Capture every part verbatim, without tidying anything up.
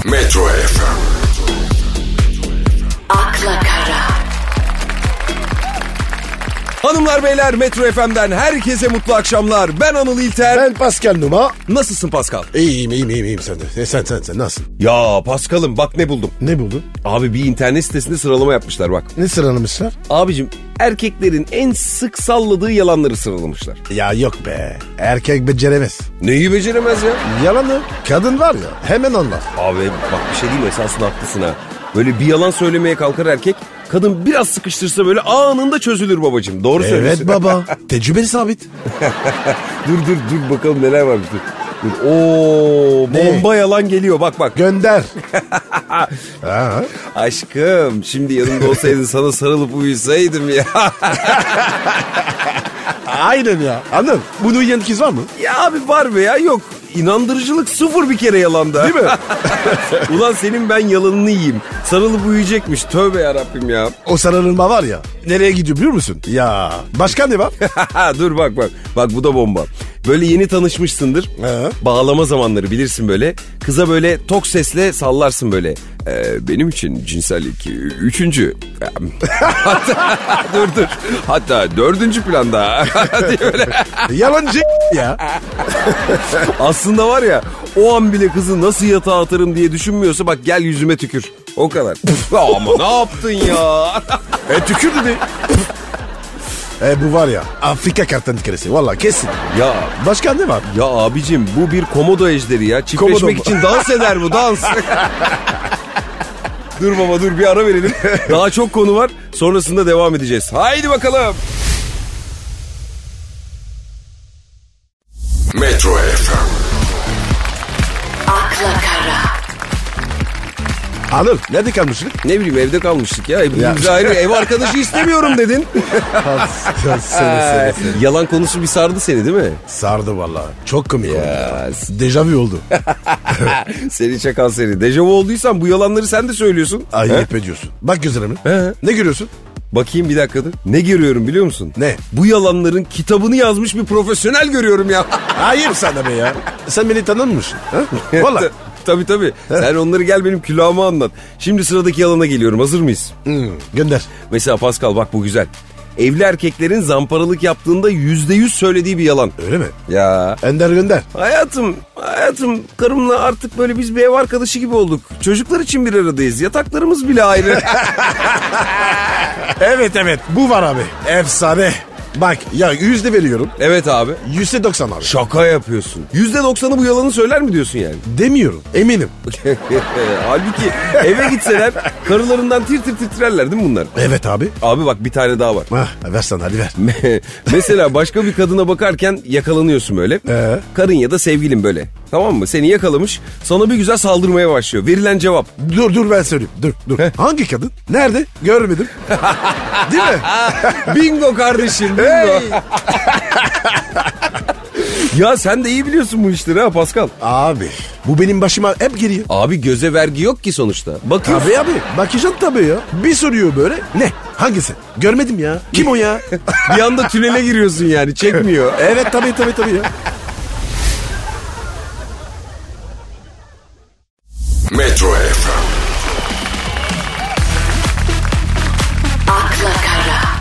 Metro F M. Akla Kara. Hanımlar beyler, Metro F M'den herkese mutlu akşamlar. Ben Anıl İlter. Ben Pascal Numa. Nasılsın Pascal? İyiyim iyiyim iyiyim, iyiyim sen de. E, sen sen sen nasılsın? Ya Pascal'ım bak ne buldum. Ne buldun? Abi bir internet sitesinde sıralama yapmışlar bak. Ne sıralamışlar? Abicim erkeklerin en sık salladığı yalanları sıralamışlar. Ya yok be. Erkek beceremez. Neyi beceremez ya? Yalanı. Kadın var ya hemen anlar. Abi bak bir şey diyeyim mi, esasında haklısın ha. Böyle bir yalan söylemeye kalkar erkek, kadın biraz sıkıştırsa böyle anında çözülür babacığım. Doğru söylüyorsun. Evet baba. Tecrübeli sabit. dur dur dur bakalım neler var. Dur. Dur. Oo, bomba yalan geliyor bak bak. Gönder. Ha. Aşkım şimdi yanımda olsaydın sana sarılıp uyusaydım ya. Aynen ya. Anladın? Bunu uyuyan kız var mı? Ya abi var be ya, yok. İnandırıcılık sıfır bir kere yalanda. Değil mi? Ulan senin ben yalanını yiyeyim. Sarılıp uyuyacakmış. Tövbe yarabbim ya. O sarılma var ya. Nereye gidiyor biliyor musun? Ya. Başka ne var? Dur bak bak. Bak bu da bomba. Böyle yeni tanışmışsındır. He. Bağlama zamanları bilirsin böyle. Kıza böyle tok sesle sallarsın böyle. Ee, benim için cinsellik üçüncü. Hatta, dur dur. Hatta dördüncü planda. diye böyle. Yalancı ya. Aslında var ya, o an bile kızı nasıl yatağa atarım diye düşünmüyorsa bak gel yüzüme tükür. O kadar. Ama ne yaptın ya? E tükür dedi. E bu var ya Afrika kertenkelesi valla kesin. Ya Başka ne var? ya abicim bu bir komodo ejderi ya. Çiftleşmek Komodo mu? için dans eder bu, dans. Dur baba dur, bir ara verelim. Daha çok konu var. Sonrasında devam edeceğiz. Haydi bakalım. Metro F M. Akla Kara. Anıl nerede kalmıştık? Ne bileyim, evde kalmıştık ya. Ya. Biz ayrı ev arkadaşı istemiyorum dedin. sene, sene, sene. Yalan konusu bir sardı seni değil mi? Sardı valla. Çok komik oldu. Ya. Dejavu oldu. Seni çakal seni. Dejavu olduysan bu yalanları sen de söylüyorsun. Ayıp ediyorsun. Bak gözlerime. He. Ne görüyorsun? Bakayım bir dakika dur. Ne görüyorum biliyor musun? Ne? Bu yalanların kitabını yazmış bir profesyonel görüyorum ya. Ayıp sana be ya. Sen beni tanınmışsın. Valla. Tabii tabii. Sen onları gel benim külahıma anlat. Şimdi sıradaki yalana geliyorum. Hazır mıyız? Hmm, gönder. Mesela Pascal bak bu güzel. Evli erkeklerin zamparalık yaptığında yüzde yüz söylediği bir yalan. Öyle mi? Ya Ender gönder. hayatım, hayatım karımla artık böyle biz bir ev arkadaşı gibi olduk. Çocuklar için bir aradayız. Yataklarımız bile ayrı. Evet evet bu var abi. Efsane. Bak ya yüzde veriyorum. Evet abi. Yüzde doksan abi. Şaka yapıyorsun. yüzde doksanı bu yalanı söyler mi diyorsun yani? Demiyorum. Eminim. Halbuki eve gitseler karılarından tir tir titrerler değil mi bunlar? Evet abi. Abi bak bir tane daha var. Hah, versen hadi ver. Mesela başka bir kadına bakarken yakalanıyorsun böyle. Ee? Karın ya da sevgilin böyle. Tamam mı? Seni yakalamış. Sana bir güzel saldırmaya başlıyor. Verilen cevap. Dur dur ben söyleyeyim. Dur dur. Hangi kadın? Nerede? Görmedim. Değil mi? Bingo kardeşim. Bingo. Hey! Ya sen de iyi biliyorsun bu işleri ha Pascal. Abi bu benim başıma hep geliyor. Abi göze vergi yok ki sonuçta. Bakıyorsun. Tabii abi. Bakacaksın tabii ya. Bir soruyor böyle. Ne? Hangisi? Görmedim ya. Kim o ya? Bir anda tünele giriyorsun yani. Çekmiyor. Evet tabii tabii tabii ya. Metro F M. Akla Kara.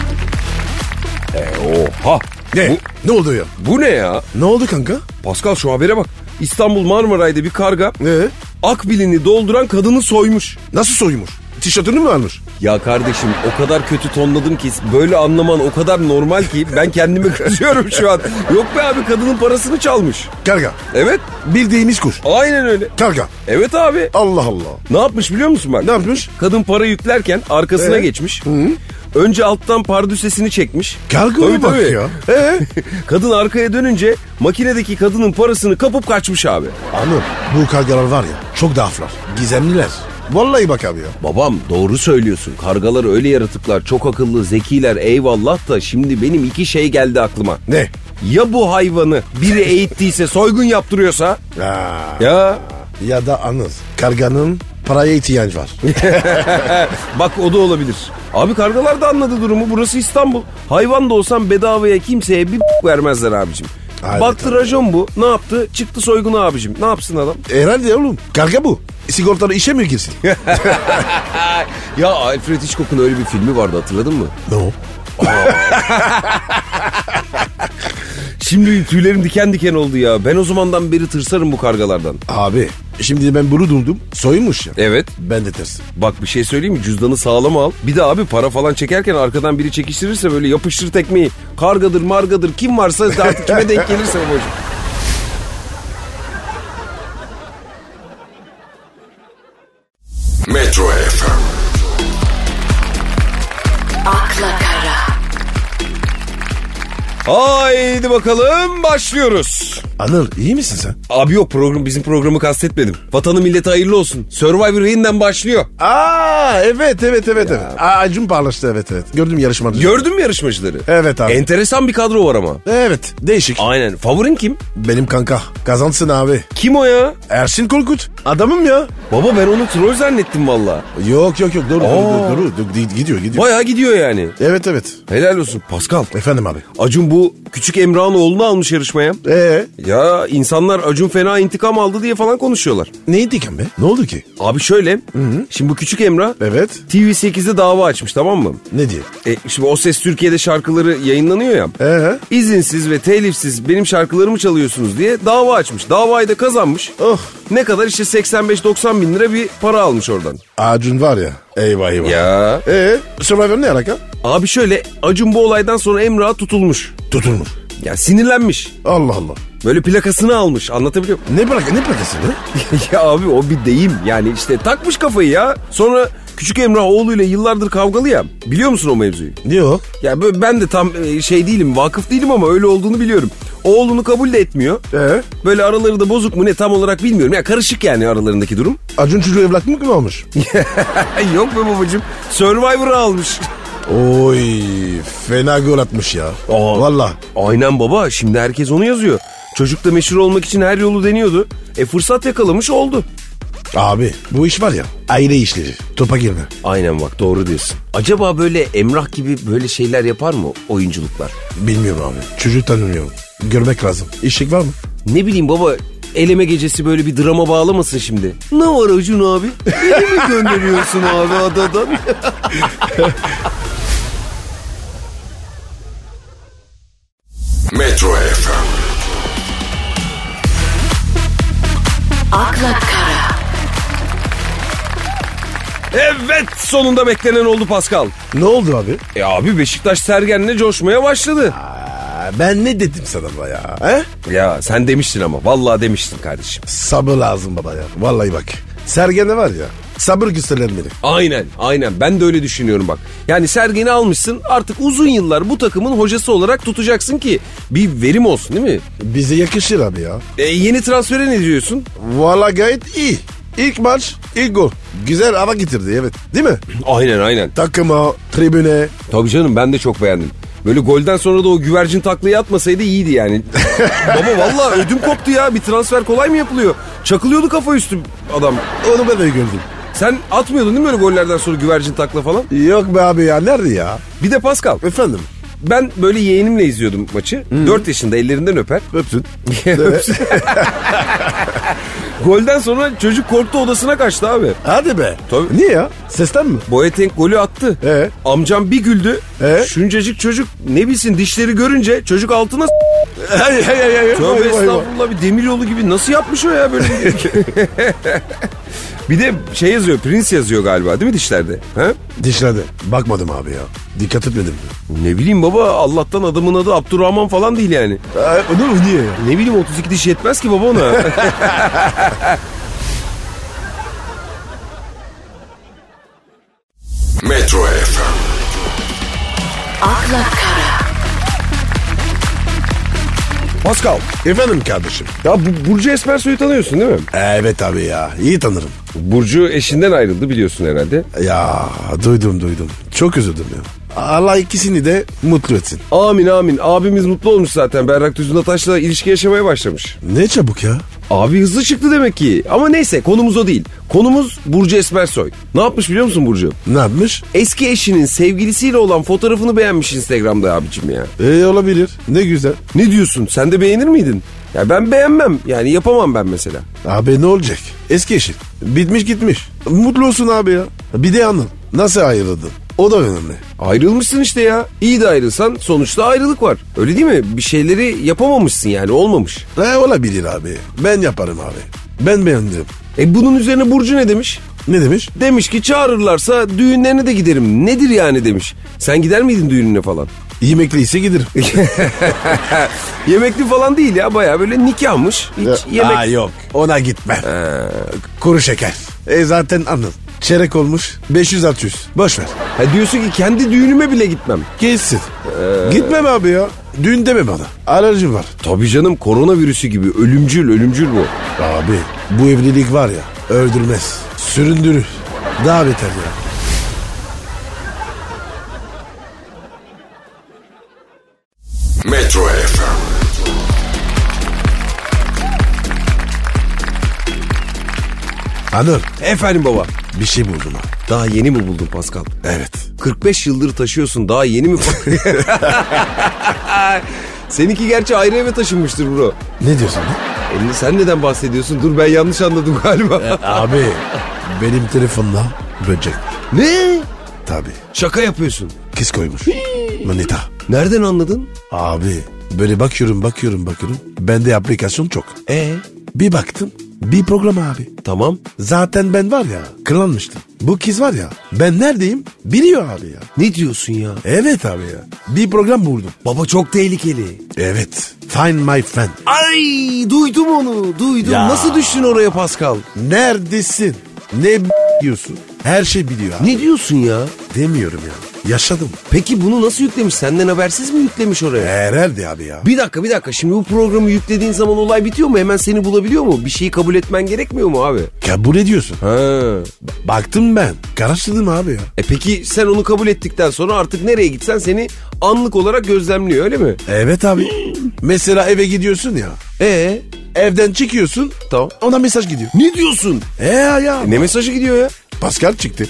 Oha. Ne? Bu, Ne oldu ya? bu ne ya? Ne oldu kanka? Pascal şu habere bak. İstanbul Marmaray'da bir karga Ee? akbilini dolduran kadını soymuş. Nasıl soymuş? Tişörtünü mü almış? Ya kardeşim o kadar kötü tonladım ki böyle anlaman o kadar normal ki ben kendime kızıyorum şu an. Yok be abi, kadının parasını çalmış. Karga. Evet, Bildiğimiz kuş. aynen öyle. Karga. Evet abi. Allah Allah. Ne yapmış biliyor musun bak? Ne yapmış? Kadın para yüklerken arkasına Ee? geçmiş. Önce alttan pardüsesini çekmiş. Kargaya Tabii, bak tabii. ya. Ee? Kadın arkaya dönünce makinedeki kadının parasını kapıp kaçmış abi. Anladım. Bu kargalar var ya çok daflar. Gizemliler. Vallahi bak abi ya. Babam doğru söylüyorsun. Kargalar öyle yaratıklar, çok akıllı, zekiler, eyvallah da şimdi benim iki şey geldi aklıma. Ne? Ya bu hayvanı biri eğittiyse, soygun yaptırıyorsa? Ya. Ya Ya da Anıl. Karganın paraya ihtiyaç var. bak o da olabilir. Abi kargalar da anladı durumu. Burası İstanbul. Hayvan da olsan bedavaya kimseye bir vermezler abicim. Aynen, Baktı tabii. racon bu. Ne yaptı? Çıktı soygunu abicim. Ne yapsın adam? Herhalde oğlum. Karga bu. Sigortalı işe mi girsin? Ya Alfred Hitchcock'un öyle bir filmi vardı, hatırladın mı? Ne o? Şimdi tüylerim diken diken oldu ya. Ben o zamandan beri tırsarım bu kargalardan. Abi şimdi ben bunu duydum. Soymuş ya. Evet. Ben de ters. Bak bir şey söyleyeyim mi? Cüzdanı sağlam al. Bir de abi para falan çekerken arkadan biri çekiştirirse böyle yapıştır tekmeyi. Kargadır margadır kim varsa artık kime denk gelirse babacığım. Metro F M. akla kara, Haydi bakalım başlıyoruz. Anıl iyi misin sen? Abi yok, program bizim programı kastetmedim. Vatanı millete hayırlı olsun. Survivor yeniden başlıyor. Aa evet evet evet. evet. Aa, Acun paylaştı evet evet. Gördüm yarışmacı. Gördün mü yarışmacıları? Evet abi. Enteresan bir kadro var ama. Evet değişik. Aynen. Favorin kim? Benim kanka kazansın abi. Kim o ya? Ersin Korkut. Adamım ya. Baba ben onu troll zannettim valla. Yok yok yok dur dur Aa. dur, dur, dur. Gi- Gidiyor gidiyor. Bayağı gidiyor yani. Evet evet. Helal olsun. Pascal. Efendim abi. Acun bu küçük Emrah'ın oğlunu almış yarışmaya. Ee Ya insanlar Acun fena intikam aldı diye falan konuşuyorlar. neydi ki be? Ne oldu ki? Abi şöyle. Şimdi bu küçük Emrah Evet. T V sekizde dava açmış, tamam mı? Ne diye? E, şimdi O Ses Türkiye'de şarkıları yayınlanıyor ya. Ee? İzinsiz ve telifsiz benim şarkılarımı çalıyorsunuz diye dava açmış. Davayı da kazanmış. Oh. Ne kadar işte seksen beş doksan bin lira bir para almış oradan. Acun var ya. Eyvah eyvah. Ya. Ee Survivor ne alaka? Abi şöyle, Acun bu olaydan sonra Emrah tutulmuş. Tutulmuş. Ya sinirlenmiş. Allah Allah. Böyle plakasını almış, anlatabiliyor muyum? Ne bırak ne plakası ne? Ya abi o bir deyim yani, işte takmış kafayı ya. Sonra küçük Emrah oğluyla yıllardır kavgalı ya. Biliyor musun o mevzuyu? Yok. Ya böyle ben de tam e, şey değilim, vakıf değilim ama öyle olduğunu biliyorum. Oğlunu kabul de etmiyor. Ee? Böyle araları da bozuk mu ne tam olarak bilmiyorum. Ya karışık yani aralarındaki durum. Acun çocuğu evlat mı mı olmuş? Yok be babacığım. Survivor'ı almış. Oy fena gol atmış ya. Aa. Valla. Aynen baba, şimdi herkes onu yazıyor. Çocuk da meşhur olmak için her yolu deniyordu. E fırsat yakalamış oldu. Abi bu iş var ya aile işleri. Topa girme. Aynen bak, doğru diyorsun. Acaba böyle Emrah gibi böyle şeyler yapar mı oyunculuklar? Bilmiyorum abi. Çocuğu tanımıyorum. Görmek lazım. İşlik var mı? Ne bileyim baba, eleme gecesi böyle bir drama bağlamasın şimdi. Ne var Acun abi? Beni mi gönderiyorsun abi adadan? Metro F M. akla kara, Evet, sonunda beklenen oldu Pascal. Ne oldu abi? E abi Beşiktaş Sergen'le coşmaya başladı. Aa, ben ne dedim sana ya? He? Ya sen demiştin ama, vallahi demiştin kardeşim. Sabır lazım baba ya. Vallahi bak. Sergen'e var ya. Sabır gösterenleri. Aynen aynen, ben de öyle düşünüyorum bak. Yani Sergen'i almışsın, artık uzun yıllar bu takımın hocası olarak tutacaksın ki bir verim olsun, değil mi? Bize yakışır abi ya. E, yeni transfere ne diyorsun? Vallahi gayet iyi. İlk maç, ilk gol. Güzel hava getirdi evet. Değil mi? Aynen aynen. Takıma, tribüne. Tabii canım, ben de çok beğendim. Böyle golden sonra da o güvercin taklayı atmasaydı iyiydi yani. Baba vallahi ödüm koptu ya, bir transfer kolay mı yapılıyor? Çakılıyordu kafa üstü adam. Onu ben de gördüm. Sen atmıyordun değil mi öyle gollerden sonra güvercin takla falan? Yok be abi ya nerede ya? Bir de Pascal, Efendim? ben böyle yeğenimle izliyordum maçı. dört yaşında, ellerinden öper. Öpsün. Golden sonra çocuk korktu, odasına kaçtı abi. Hadi be. Tabii. Niye ya? Sesten mi? Boateng golü attı. Ee? Amcam bir güldü. Ee? Şuncacık çocuk ne bilsin, dişleri görünce çocuk altına s- Hay hay hay hay. Tövbe Vay, vay, vay. estağfurullah, bir demiryolu gibi nasıl yapmış o ya böyle? Bir de şey yazıyor, Prince yazıyor galiba değil mi dişlerde? Ha? Dişlerde. Bakmadım abi ya. Dikkat etmedim. Ne bileyim baba, Allah'tan adamın adı Abdurrahman falan değil yani. Aa, onu mu niye ya? Ne bileyim, otuz iki diş yetmez ki baba ona. Metro F M. akla kara, Pascal. Efendim kardeşim. Ya bu Burcu Esmersoy'u tanıyorsun değil mi? Evet abi ya. İyi tanırım. Burcu eşinden ayrıldı biliyorsun herhalde. Ya duydum duydum. Çok üzüldüm ya. Allah ikisini de mutlu etsin. Amin amin. Abimiz mutlu olmuş zaten. Berrak Düzün Ataş'la ilişki yaşamaya başlamış. Ne çabuk ya. Abi hızlı çıktı demek ki. Ama neyse konumuz o değil. Konumuz Burcu Esmersoy. Ne yapmış biliyor musun Burcu? Ne yapmış? Eski eşinin sevgilisiyle olan fotoğrafını beğenmiş Instagram'da abicim ya. E olabilir. Ne güzel. Ne diyorsun? Sen de beğenir miydin? Ya ben beğenmem. Yani yapamam ben mesela. Abi ne olacak? Eski eşin. Bitmiş gitmiş. Mutlu olsun abi ya. Bir de anıl. Nasıl ayrıldın? O da önemli. Ayrılmışsın işte ya. İyi de ayrılsan sonuçta ayrılık var. Öyle değil mi? Bir şeyleri yapamamışsın yani, olmamış. E olabilir abi. Ben yaparım abi. Ben beğendim. E bunun üzerine Burcu ne demiş? Ne demiş? Demiş ki çağırırlarsa düğünlerine de giderim. Nedir yani demiş. Sen gider miydin düğününe falan? Yemekliyse giderim. Yemekli falan değil ya, baya böyle nikahmış. Hiç yemek... Aa yok, ona gitme. Kuru şeker. E zaten anıl. Çeyrek olmuş beş yüz altı yüz. Boş ver. Ha diyorsun ki kendi düğünüme bile gitmem. Geçsin. Ee... Gitmem abi ya. Düğün deme bana. Alerjim var. Tabii canım, koronavirüsü gibi ölümcül ölümcül bu. Abi bu evlilik var ya, öldürmez. Süründürür. Daha beter ya. Metro F M. Anır. Efendim baba. Bir şey buldum ha. Daha yeni mi buldun Pascal? Evet. kırk beş yıldır taşıyorsun, daha yeni mi? Seninki gerçi ayrı eve taşınmıştır bro. Ne diyorsun lan? E, sen neden bahsediyorsun? Dur, ben yanlış anladım galiba. E, abi benim telefonla böcek. Ne? Tabii. Şaka yapıyorsun. Kız koymuş. Manita. Nereden anladın? Abi böyle bakıyorum bakıyorum bakıyorum. Bende aplikasyon çok. E Bir baktım. Bir program abi. tamam. Zaten ben var ya kırlanmıştım. Bu kız var ya ben neredeyim biliyor abi ya. Ne diyorsun ya? Evet abi ya. Bir program buldum. Baba çok tehlikeli. Evet. Find my friend. Ay, duydum onu, duydum. Ya. Nasıl düştün oraya Pascal? Neredesin? Ne diyorsun? Her şey biliyor abi. Ne diyorsun ya? Demiyorum ya. Yaşadım. Peki bunu nasıl yüklemiş? Senden habersiz mi yüklemiş oraya? Herhalde abi ya. Bir dakika bir dakika, şimdi bu programı yüklediğin zaman olay bitiyor mu? Hemen seni bulabiliyor mu? Bir şeyi kabul etmen gerekmiyor mu abi? Kabul ediyorsun. Ha. Baktım ben. Karıştırdım abi ya. E peki sen onu kabul ettikten sonra artık nereye gitsen seni anlık olarak gözlemliyor, öyle mi? Evet abi. Mesela eve gidiyorsun ya. Ee? Evden çıkıyorsun. Tamam. Ona mesaj gidiyor. Ne diyorsun? Ee ya. E ne mesajı gidiyor ya? Pascal çıktı.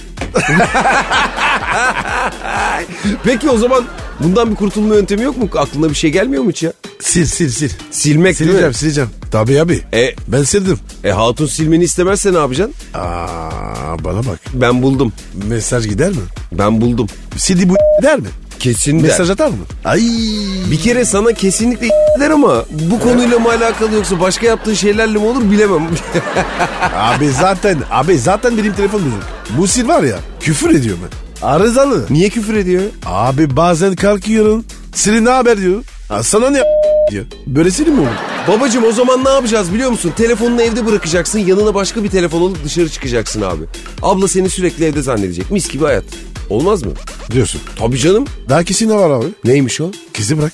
Peki o zaman bundan bir kurtulma yöntemi yok mu? Aklına bir şey gelmiyor mu hiç ya? Sil sil sil. Silmek değil Sileceğim mi? sileceğim. Tabii abi. E, Ben sildim. e hatun silmeni istemezse ne yapacaksın? Aa bana bak. Ben buldum. Mesaj gider mi? Ben buldum. Sildi bu der mi? Kesin der. Mesaj atar mı? Ay. Bir kere sana kesinlikle der ama bu konuyla mı alakalı yoksa başka yaptığın şeylerle mi olur bilemem. Abi zaten abi zaten benim telefon bozuk. Bu sil var ya küfür ediyor mu? Arızalı. Niye küfür ediyor? Abi bazen kalkıyorum. Silin ne haber diyor. Ha, sana ne diyor. Böyle silin mi olur? Babacım o zaman ne yapacağız biliyor musun? Telefonunu evde bırakacaksın, yanına başka bir telefon alıp dışarı çıkacaksın abi. Abla seni sürekli evde zannedecek. Mis gibi hayat. Olmaz mı? Diyorsun. Tabii canım. Daha kesin ne var abi? Neymiş o? Kızı bırak.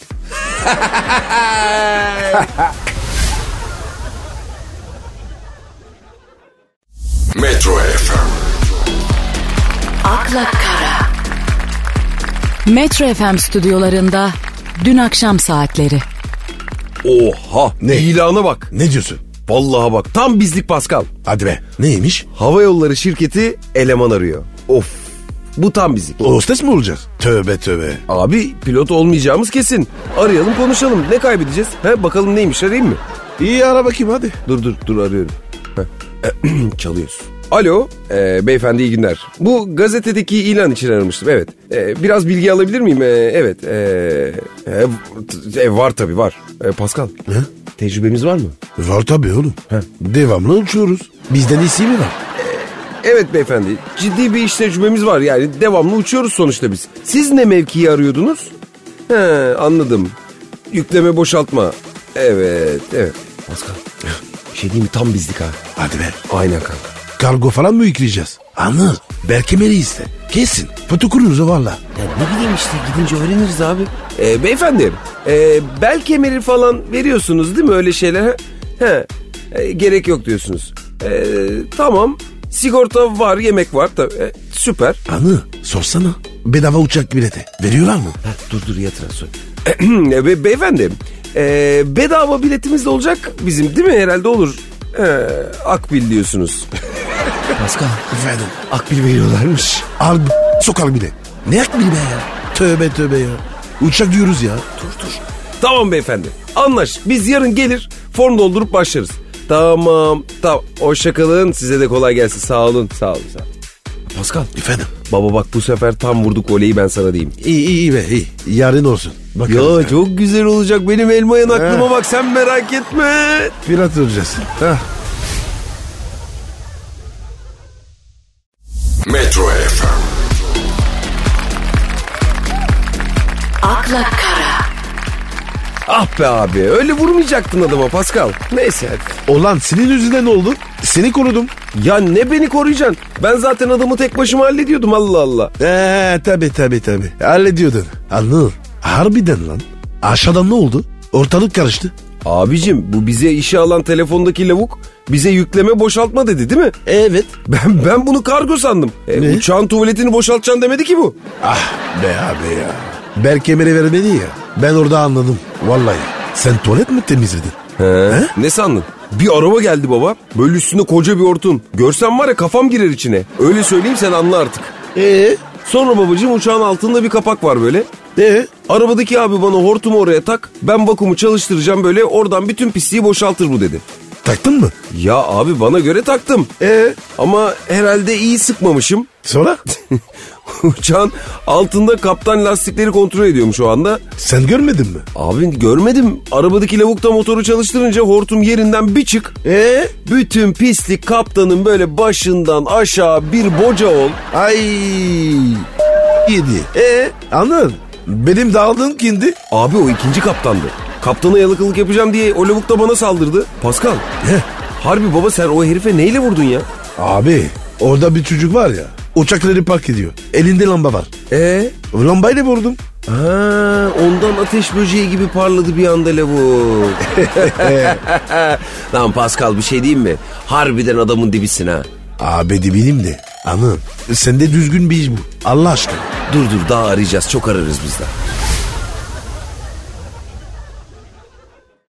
Metro F M. akla kara, Metro F M stüdyolarında dün akşam saatleri. Oha. Ne? İlana bak. Ne diyorsun? Vallahi bak, tam bizlik Pascal. Hadi be. Neymiş? Hava yolları şirketi eleman arıyor. Of. Bu tam bizlik. Hostes mi olacağız? Tövbe tövbe. Abi pilot olmayacağımız kesin. Arayalım konuşalım. Ne kaybedeceğiz? He, bakalım neymiş, arayayım mı? İyi ara bakayım hadi. Dur dur dur arıyorum. Heh. Çalıyoruz. Alo, e, beyefendi iyi günler. Bu gazetedeki ilan için aramıştım, evet. E, biraz bilgi alabilir miyim? E, evet. E, e, e, var tabii var. E, Pascal. He? Tecrübemiz var mı? Var tabii oğlum. He. Devamlı uçuyoruz. Bizden iyisi mi var? Evet beyefendi. Ciddi bir iş tecrübemiz var. Yani devamlı uçuyoruz sonuçta biz. Siz ne mevkiyi arıyordunuz? He, anladım. Yükleme boşaltma. Evet, evet. Pascal. Bir şey diyeyim mi? Tam bizlik ha. Hadi be. Aynen kanka. Kargo falan mı yükleyeceğiz? Anıl. Belki Meri iste. Kesin. Foto kuruyoruz o valla. Ya ne bileyim işte, gidince öğreniriz abi. Ee, beyefendi, e, bel kemeri falan veriyorsunuz değil mi, öyle şeyler? He, e, gerek yok diyorsunuz. E, tamam, sigorta var, yemek var tabii. E, süper. Anıl sorsana. Bedava uçak bileti. Veriyorlar mı? Ha, dur dur yatıra sor. e, be, beyefendi, e, bedava biletimiz de olacak bizim değil mi? Herhalde olur. Ee, Akbil diyorsunuz. Pascal. Efendim. Akbil veriyorlarmış. Al sokak bile. Ne akbil be ya? Tövbe tövbe ya. Uçak diyoruz ya. Dur dur. Tamam beyefendi. Anlaş. Biz yarın gelir form doldurup başlarız. Tamam. Tamam. Hoşça kalın. Size de kolay gelsin. Sağ olun. Sağ olun. Sağ olun. Pascal. Efendim. Baba bak bu sefer tam vurduk voleyi, ben sana diyeyim. İyi iyi iyi be iyi. Yarın olsun. Bakalım Ya, ya çok güzel olacak benim elma yanaklıma bak, sen merak etme. Pirat olacağız. Heh. Metro F M. akla kara, Ah be abi, öyle vurmayacaktın adama Pascal. Neyse hadi. Olan senin yüzünden ne oldu? Seni korudum. Ya ne beni koruyacaksın? Ben zaten adamı tek başıma hallediyordum, Allah Allah. Eee tabi tabi tabi. Hallediyordun. Anladın. Harbiden lan. Aşağıdan ne oldu? Ortalık karıştı. Abicim bu bize işe alan telefondaki lavuk bize yükleme boşaltma dedi değil mi? Evet. Ben ben bunu kargo sandım. E, Ne? uçağın tuvaletini boşaltacaksın demedi ki bu. Ah be abi ya. Berk Emir'e vermedi ya. Ben orada anladım. Vallahi. Sen tuvalet mi temizledin? He. Ne sandın? Bir araba geldi baba. Böyle üstünde koca bir hortum. Görsen var ya kafam girer içine. Öyle söyleyeyim, sen anla artık. Eee? Sonra babacığım uçağın altında bir kapak var böyle. Eee? Arabadaki abi bana hortumu oraya tak. Ben vakumu çalıştıracağım, böyle oradan bütün pisliği boşaltır bu dedi. Taktın mı? Ya abi bana göre taktım. Eee? Ama herhalde iyi sıkmamışım. Sonra? Uçağın altında kaptan lastikleri kontrol ediyormuş o anda. Sen görmedin mi? Abi görmedim. Arabadaki lavuk da motoru çalıştırınca hortum yerinden bir çık. Eee? Bütün pislik kaptanın böyle başından aşağı bir boca ol. Ay. Yedi. Eee? Anladın. Benim dağıldığım kimdi? Abi o ikinci kaptandı. Kaptana yalakalık yapacağım diye o lavuk da bana saldırdı. Pascal. Heh. Harbi baba, sen o herife neyle vurdun ya? Abi orada bir çocuk var ya. Uçakları park ediyor. Elinde lamba var. Ee? O lambayla vurdum. Ha, ondan ateş böceği gibi parladı bir anda lavuk. Lan Pascal, bir şey diyeyim mi? Harbiden adamın dibisin ha. Abi de benim de. Anam. Sende düzgün bir iş bu. Allah aşkına. Dur dur, daha arayacağız, çok ararız biz daha.